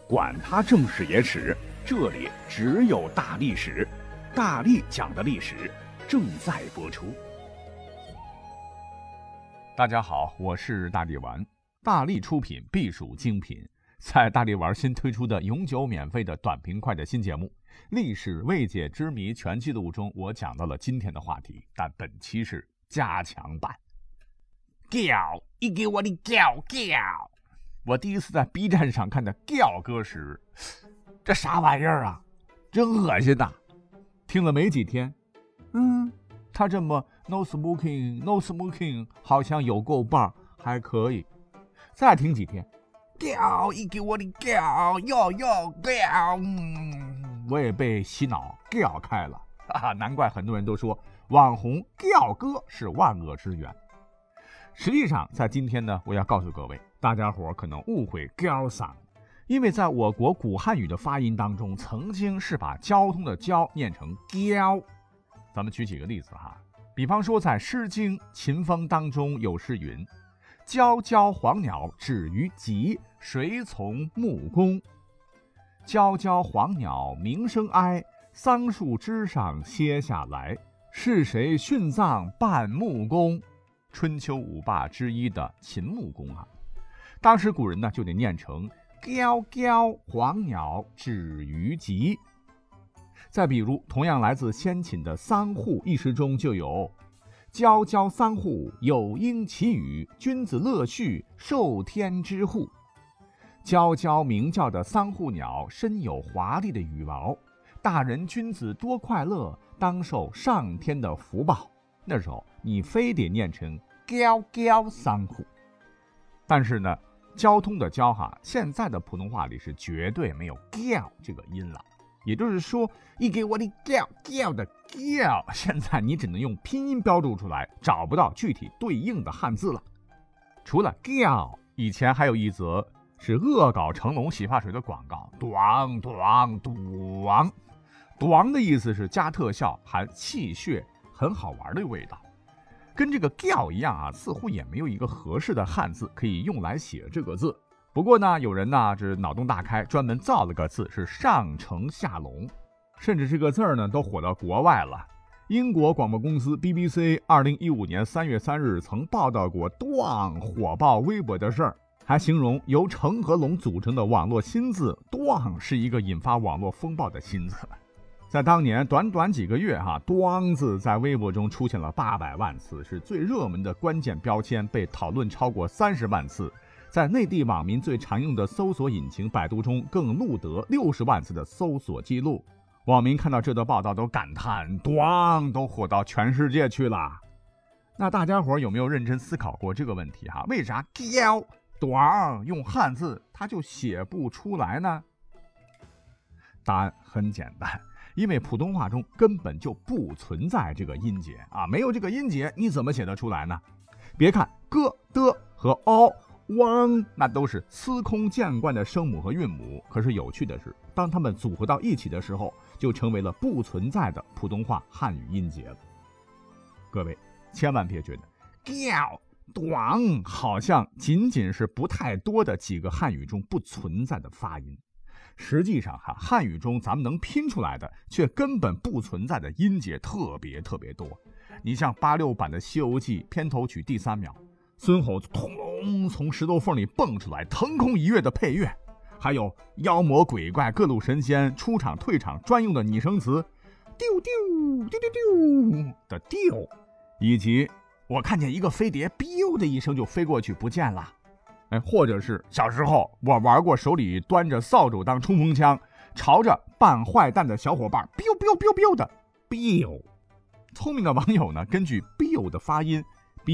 管他正史野史，这里只有大历史，大力讲的历史正在播出。大家好，我是大力丸，大力出品必属精品。在大力丸新推出的永久免费的短平快的新节目《历史未解之谜全记录》中，我讲到了今天的话题，但本期是加强版。叫，你给我的叫！我第一次在 B 站上看到叫歌时，这啥玩意儿啊，真恶心呐！听了没几天，他这么 no smoking 好像有够棒，还可以。再听几天，叫，你给我的叫，要叫，我也被洗脑叫开了难怪很多人都说网红叫歌是万恶之源。实际上在今天呢，我要告诉各位，大家伙可能误会叫嗓，因为在我国古汉语的发音当中，曾经是把交通的交念成交。咱们举几个例子哈，比方说在《诗经·秦风》当中有诗云：皎皎黄鸟止于棘，谁从木工？皎皎黄鸟鸣声哀，桑树枝上歇下来，是谁殉葬半木工？春秋五霸之一的秦穆公啊，当时古人呢就得念成皎皎黄鸟止于棘。再比如同样来自先秦的桑户一诗中就有皎皎桑户有应其语，君子乐序受天之护。皎皎鸣叫的桑户鸟身有华丽的羽毛，大人君子多快乐，当受上天的福报。那时候你非得念成皎皎桑户。但是呢，交通的交现在的普通话里是绝对没有皎这个音了。也就是说，你给我的皎的皎，现在你只能用拼音标注出来，找不到具体对应的汉字了。除了皎，以前还有一则是恶搞成龙洗发水的广告，短的意思是加特效，含气血，很好玩的味道。跟这个叫一样似乎也没有一个合适的汉字可以用来写这个字。不过呢，有人呢这脑洞大开，专门造了个字是上承下隆，甚至这个字呢都火到国外了。英国广播公司 BBC 2015年3月3日曾报道过段火爆微博的事儿，还形容由成和龙组成的网络新字段是一个引发网络风暴的新字。在当年短短几个月段字在微博中出现了800万次，是最热门的关键标签，被讨论超过30万次。在内地网民最常用的搜索引擎百度中更录得60万次的搜索记录。网民看到这则报道都感叹，段都火到全世界去了。那大家伙有没有认真思考过这个问题为啥叫段用汉字它就写不出来呢？答案很简单，因为普通话中根本就不存在这个音节没有这个音节你怎么写得出来呢？别看个的和汪那都是司空见惯的声母和韵母，可是有趣的是，当它们组合到一起的时候，就成为了不存在的普通话汉语音节了。各位千万别觉得叫短好像仅仅是不太多的几个汉语中不存在的发音，实际上汉语中咱们能拼出来的却根本不存在的音节特别多。你像86版的《西游记》片头曲第3秒，孙猴子通龙从石头缝里蹦出来，腾空一跃的配乐，还有妖魔鬼怪各路神仙出场退场专用的拟声词丢丢丢丢丢的丢，以及我看见一个飞碟 biu 的一声就飞过去不见了。或者是小时候我玩过手里端着扫帚当冲锋枪，朝着扮坏蛋的小伙伴 biu biu biu biu 的 biu。 聪明的网友呢，根据 biu 的发音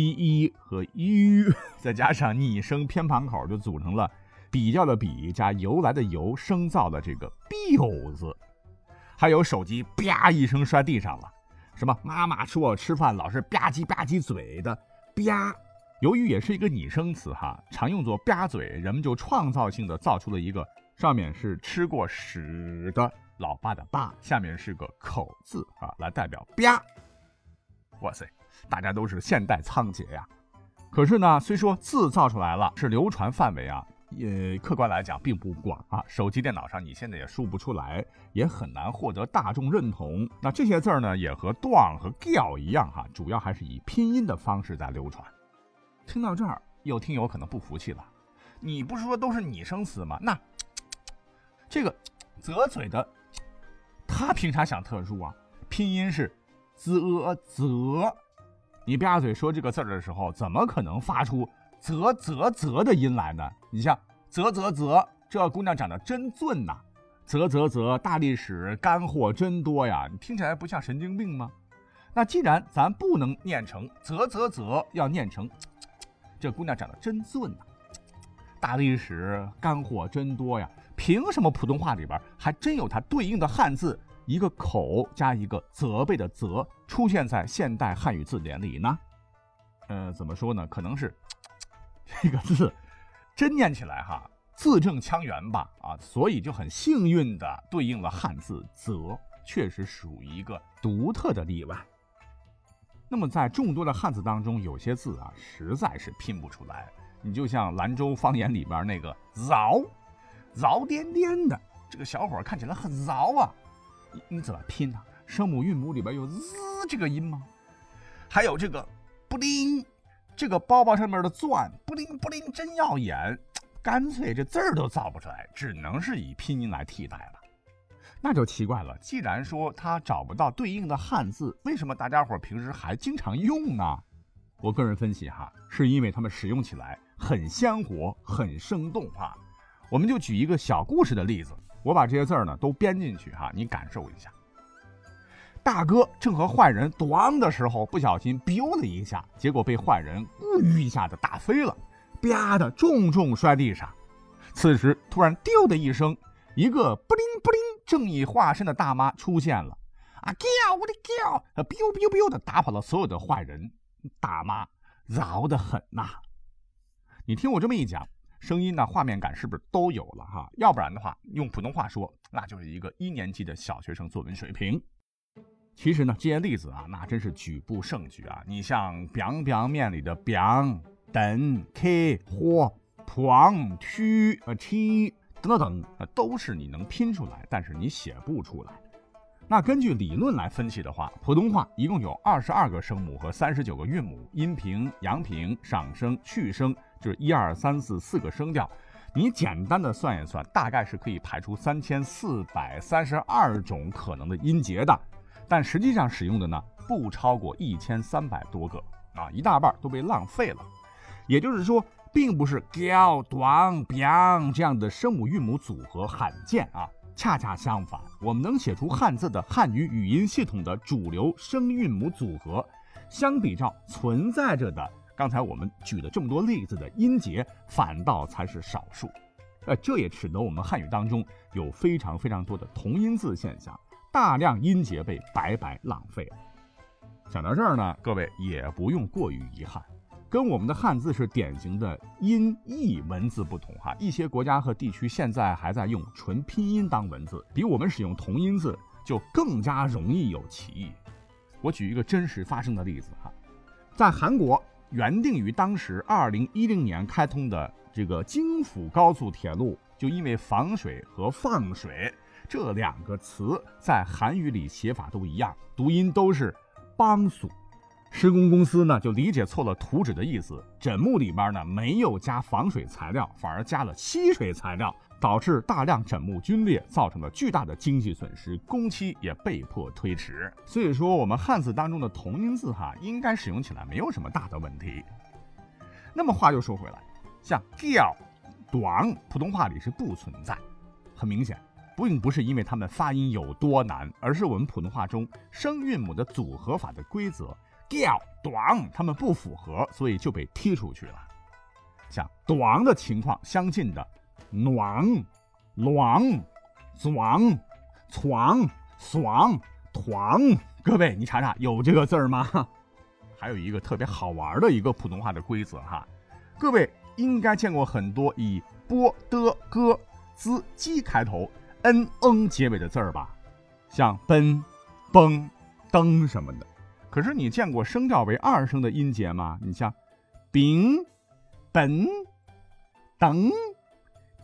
bi 和 u 再加上拟声偏旁口，就组成了比较的比加由来的由，生造了这个 biu 字。还有手机啪一声摔地上了，什么妈妈说我吃饭老是吧唧吧唧嘴的吧，由于也是一个拟声词常用作吧嘴，人们就创造性的造出了一个上面是吃过屎的老爸的爸，下面是个口字来代表吧。哇塞，大家都是现代仓颉呀。可是呢，虽说字造出来了，是流传范围客观来讲并不广啊，手机电脑上你现在也输不出来，也很难获得大众认同。那这些字儿呢，也和段和调一样哈，主要还是以拼音的方式在流传。听到这儿，有听友可能不服气了，你不是说都是拟声词吗？那这个啧嘴的，他凭啥想特殊啊？拼音是啧，你吧嘴说这个字的时候，怎么可能发出啧的音来呢？你像啧，这姑娘长得真俊呐！啧，大历史干货真多呀！你听起来不像神经病吗？那既然咱不能念成啧，要念成这姑娘长得真俊呐！大历史干货真多呀！凭什么普通话里边还真有它对应的汉字，一个口加一个责备的责，出现在现代汉语字典里呢？怎么说呢？可能是这个字真念起来哈，字正腔圆吧啊，所以就很幸运的对应了汉字责，确实属于一个独特的例外。那么在众多的汉字当中，有些字啊实在是拼不出来。你就像兰州方言里边那个饶颠颠的，这个小伙看起来很饶啊，你怎么拼呢？声母韵母里边有 z 这个音吗？还有这个布灵，这个包包上面的钻布灵真耀眼，干脆这字儿都造不出来，只能是以拼音来替代了。那就奇怪了，既然说他找不到对应的汉字，为什么大家伙平时还经常用呢？我个人分析哈，是因为他们使用起来很鲜活，很生动哈。我们就举一个小故事的例子，我把这些字儿呢都编进去哈，你感受一下。大哥正和坏人咣的时候，不小心 biu 了一下，结果被坏人咕吁一下子打飞了，啪的重摔地上。此时突然丢的一声，一个不灵正义化身的大妈出现了啊！我的叫biu 的打跑了所有的坏人。大妈饶得很呐！你听我这么一讲，声音呢画面感是不是都有了哈？要不然的话，用普通话说，那就是一个1年级的小学生作文水平。其实呢，这些例子啊，那真是举不胜举啊！你像biang面里的biang、等、k、或、pang、区、七等，都是你能拼出来，但是你写不出来。那根据理论来分析的话，普通话一共有22个声母和39个韵母，阴平、阳平、上声、去声，就是1、2、3、4 4个声调。你简单的算一算，大概是可以排出3432种可能的音节的，但实际上使用的呢，不超过1300多个啊，一大半都被浪费了。也就是说，并不是 giao、短、biang 这样的声母韵母组合罕见啊。恰恰相反，我们能写出汉字的汉语语音系统的主流声韵母组合，相比较存在着的刚才我们举的这么多例子的音节，反倒才是少数。这也使得我们汉语当中有非常多的同音字现象，大量音节被白白浪费了。讲到这儿呢，各位也不用过于遗憾。跟我们的汉字是典型的音译文字不同哈，一些国家和地区现在还在用纯拼音当文字，比我们使用同音字就更加容易有歧义。我举一个真实发生的例子哈，在韩国原定于当时2010年开通的这个京釜高速铁路，就因为防水和放水这2个词在韩语里写法都一样，读音都是帮苏。施工公司呢就理解错了图纸的意思，枕木里边呢没有加防水材料，反而加了吸水材料，导致大量枕木龟裂，造成了巨大的经济损失，工期也被迫推迟。所以说我们汉字当中的同音字哈，应该使用起来没有什么大的问题。那么话又说回来，像调、短，普通话里是不存在。很明显，并不是因为它们发音有多难，而是我们普通话中声韵母的组合法的规则。调、短它们不符合，所以就被踢出去了。像短的情况相近的暖、卵、壮、床、爽、团，各位你查查有这个字儿吗？还有一个特别好玩的一个普通话的规则哈，各位应该见过很多以波、的、歌、z、鸡开头n、结尾的字儿吧，像奔、崩、登什么的。可是你见过声调为2声的音节吗？你像丙、本、等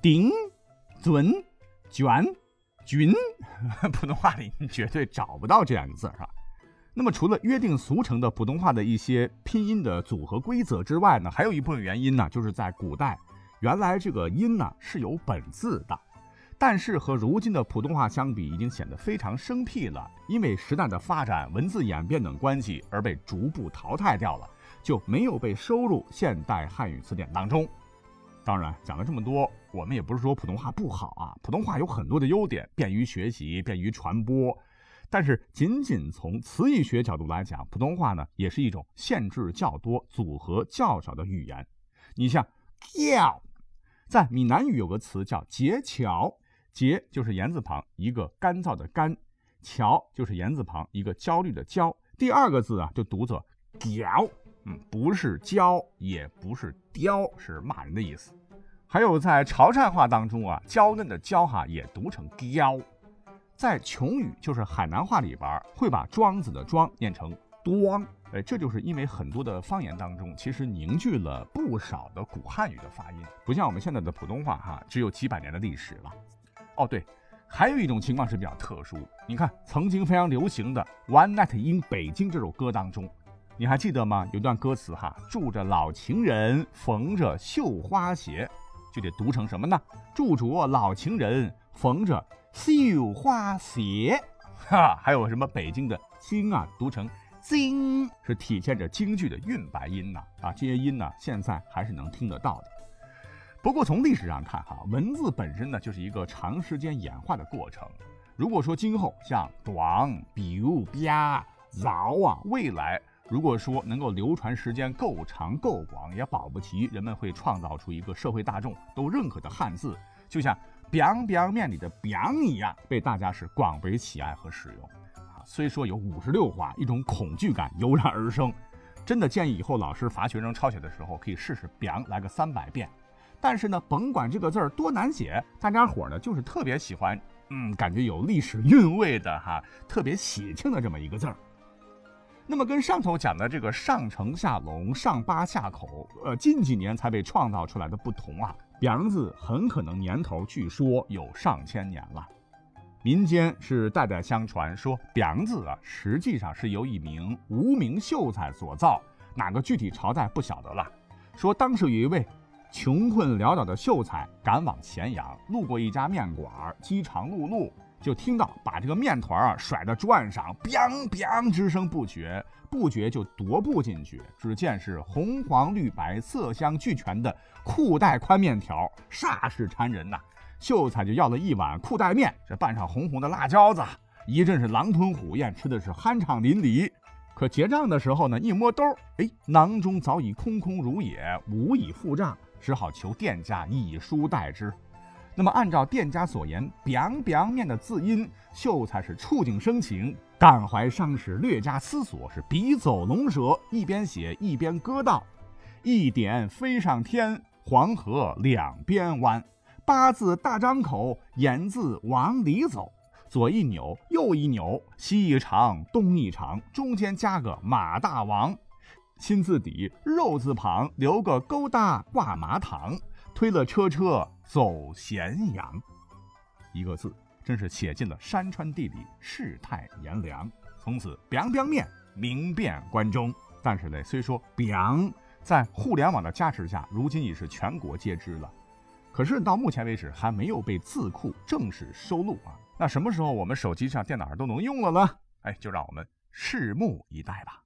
顶、准、卷、均，普通话里你绝对找不到这样一个字啊。那么除了约定俗成的普通话的一些拼音的组合规则之外呢，还有一部分原因呢，就是在古代原来这个音呢是有本字的，但是和如今的普通话相比，已经显得非常生僻了，因为时代的发展、文字演变等关系而被逐步淘汰掉了，就没有被收入现代汉语词典当中。当然讲了这么多，我们也不是说普通话不好啊，普通话有很多的优点，便于学习，便于传播。但是仅仅从词义学角度来讲，普通话呢也是一种限制较多、组合较少的语言。你像叫，在闽南语有个词叫结桥，结就是言字旁一个干燥的干，桥就是言字旁一个焦虑的焦，第二个字啊就读作屌，不是焦也不是雕，是骂人的意思。还有在潮汕话当中啊，娇嫩的娇也读成雕。在琼语就是海南话里边会把庄子的庄念成端，这就是因为很多的方言当中其实凝聚了不少的古汉语的发音，不像我们现在的普通话只有几百年的历史了。哦对，还有一种情况是比较特殊，你看曾经非常流行的 One Night in 北京这首歌当中，你还记得吗？有段歌词住着老情人缝着绣花鞋，就得读成什么呢？住着老情人缝着绣花鞋。还有什么北京的京读成京，是体现着京剧的韵白音这些音现在还是能听得到的。不过从历史上看文字本身呢就是一个长时间演化的过程。如果说今后像短、比如、吧、饶未来如果说能够流传时间够长够广，也保不齐人们会创造出一个社会大众都认可的汉字，就像 biang biang 面里的 biang 一样，被大家是广为喜爱和使用。虽说有56画，一种恐惧感油然而生。真的建议以后老师罚学生抄写的时候，可以试试 biang 来个300遍。但是呢，甭管这个字多难写，大家伙呢就是特别喜欢，感觉有历史韵味的特别喜庆的这么一个字儿。那么跟上头讲的这个上承下隆、上八下口，近几年才被创造出来的不同biang 字很可能年头据说有上千年了。民间是代代相传说biang 字实际上是由一名无名秀才所造，哪个具体朝代不晓得了。说当时有一位穷困潦倒的秀才赶往咸阳，路过一家面馆，饥肠辘辘，就听到把这个面团甩到桌案上，biang biang之声不绝，不觉就踱步进去。只见是红黄绿白色香俱全的裤带宽面条，煞是馋人秀才就要了一碗裤带面，这拌上红红的辣椒子，一阵是狼吞虎咽，吃的是酣畅淋漓。可结账的时候呢，一摸兜，囊中早已空空如也，无以付账，只好求店家以书代之。那么按照店家所言，biang biang面的字音，秀才是触景生情，感怀伤时，略加思索，是笔走龙蛇，一边写一边歌道：一点飞上天，黄河两边弯，八字大张口，言字往里走，左一扭右一扭，西一长东一长，中间加个马大王，心字底肉字旁留个勾搭挂麻糖，推了车车走咸阳。一个字真是写进了山川地理，世态炎凉。从此 biang biang 面名遍关中。但是呢，虽说 biang 在互联网的加持下，如今已是全国皆知了。可是到目前为止还没有被字库正式收录那什么时候我们手机上、电脑上都能用了呢？就让我们拭目以待吧。